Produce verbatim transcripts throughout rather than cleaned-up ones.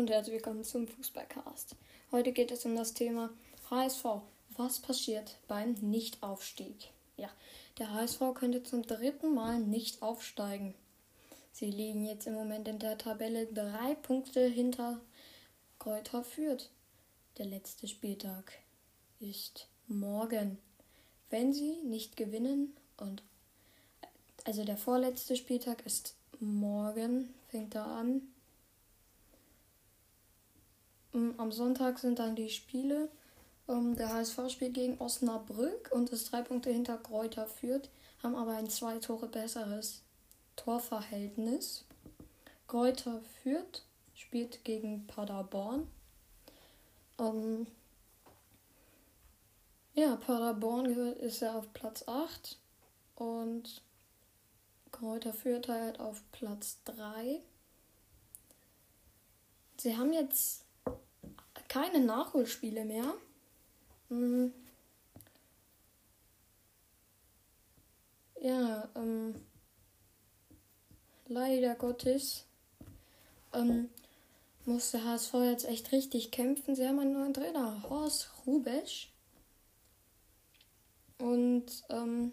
und herzlich willkommen zum Fußballcast. Heute geht es um das Thema H S V. Was passiert beim Nichtaufstieg? Ja, der H S V könnte zum dritten Mal nicht aufsteigen. Sie liegen jetzt im Moment in der Tabelle drei Punkte hinter Greuther Fürth. Der letzte Spieltag ist morgen. Wenn sie nicht gewinnen und also der vorletzte Spieltag ist morgen, fängt er an. Am Sonntag sind dann die Spiele. Der H S V spielt gegen Osnabrück und ist drei Punkte hinter Greuther Fürth, haben aber ein zwei Tore besseres Torverhältnis. Greuther Fürth spielt gegen Paderborn. Um, ja, Paderborn ist ja auf Platz acht und Greuther Fürth halt auf Platz drei. Sie haben jetzt keine Nachholspiele mehr. Hm. Ja, ähm, leider Gottes ähm, muss der H S V jetzt echt richtig kämpfen. Sie haben einen neuen Trainer, Horst Hrubesch. Und ähm,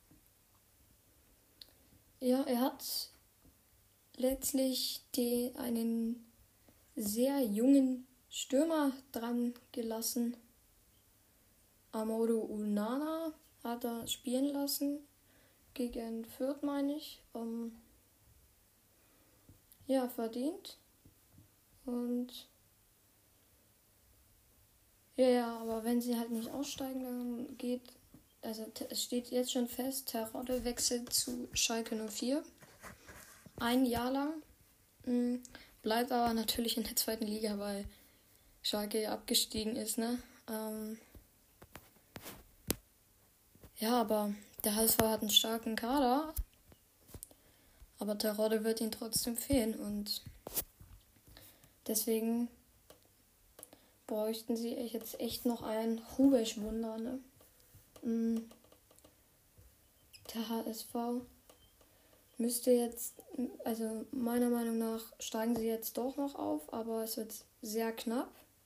ja, er hat letztlich die, einen sehr jungen Stürmer dran gelassen. Amadou Onana hat er spielen lassen. Gegen Fürth, meine ich. Um, ja, verdient. Und ja, ja, aber wenn sie halt nicht aussteigen, dann geht, also es steht jetzt schon fest, Terodde wechselt zu Schalke null vier. Ein Jahr lang. Mh, bleibt aber natürlich in der zweiten Liga, weil Schalke abgestiegen ist, ne? Ähm, ja, aber der H S V hat einen starken Kader, aber Terodde wird ihm trotzdem fehlen und deswegen bräuchten sie jetzt echt noch ein Hrubesch-Wunder, ne? Mhm. Der H S V müsste jetzt, also meiner Meinung nach steigen sie jetzt doch noch auf, aber es wird sehr knapp.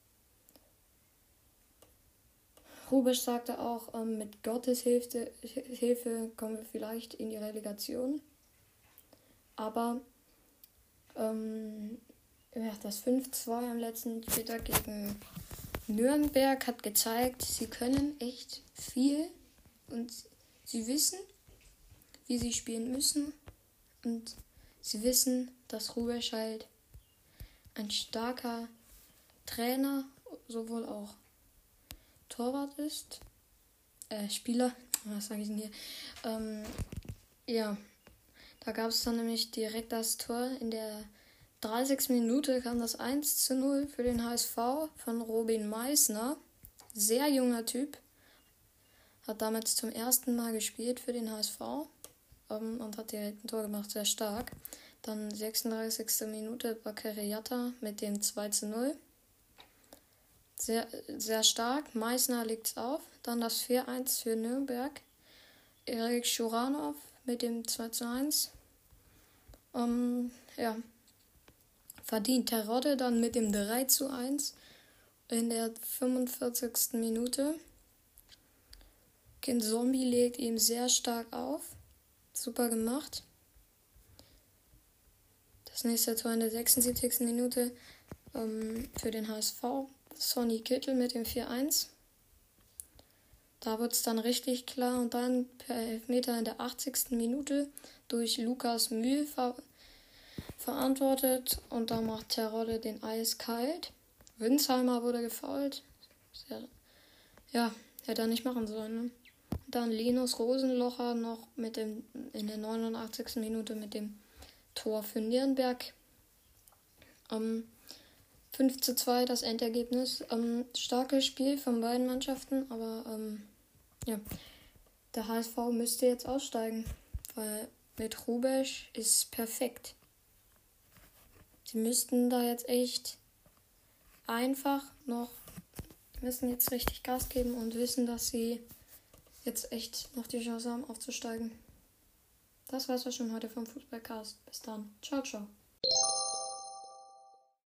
Hrubesch sagte auch, ähm, mit Gottes Hilfe, Hilfe kommen wir vielleicht in die Relegation. Aber ähm, ja, das fünf zwei am letzten Spieltag gegen Nürnberg hat gezeigt, sie können echt viel und sie wissen, wie sie spielen müssen. Und sie wissen, dass Hrubesch halt ein starker Trainer, sowohl auch Torwart ist, äh, Spieler, was sage ich denn hier? Ähm, ja, da gab es dann nämlich direkt das Tor. In der dreißigsten Minute kam das eins zu null für den H S V von Robin Meissner. Sehr junger Typ. Hat damals zum ersten Mal gespielt für den H S V ähm, und hat direkt ein Tor gemacht, sehr stark. Dann sechsunddreißigste Minute Bakary mit dem zwei zu null. Sehr, sehr stark. Meissner legt's auf. Dann das vier eins für Nürnberg. Erik Schuranov mit dem zwei zu eins. Um, ja. Verdient Terodde dann mit dem drei zu eins in der fünfundvierzigsten Minute. Kind Zombie legt ihm sehr stark auf. Super gemacht. Das nächste Tor in der sechsundsiebzigsten Minute um, für den H S V. Sonny Kittel mit dem vier eins. Da wird es dann richtig klar und dann per Elfmeter in der achtzigsten Minute durch Lukas Mühl ver- verantwortet und da macht Terodde den eiskalt. Winsheimer wurde gefoult. Sehr, ja, hätte er nicht machen sollen. Ne? Dann Linus Rosenlocher noch mit dem in der neunundachtzigsten Minute mit dem Tor für Nürnberg. Um, fünf zu zwei das Endergebnis. Ähm, starkes Spiel von beiden Mannschaften, aber ähm, ja, der H S V müsste jetzt aussteigen, weil mit Hrubesch ist perfekt. Sie müssten da jetzt echt einfach noch, müssen jetzt richtig Gas geben und wissen, dass sie jetzt echt noch die Chance haben aufzusteigen. Das war's auch schon heute vom Fußballcast. Bis dann. Ciao, ciao.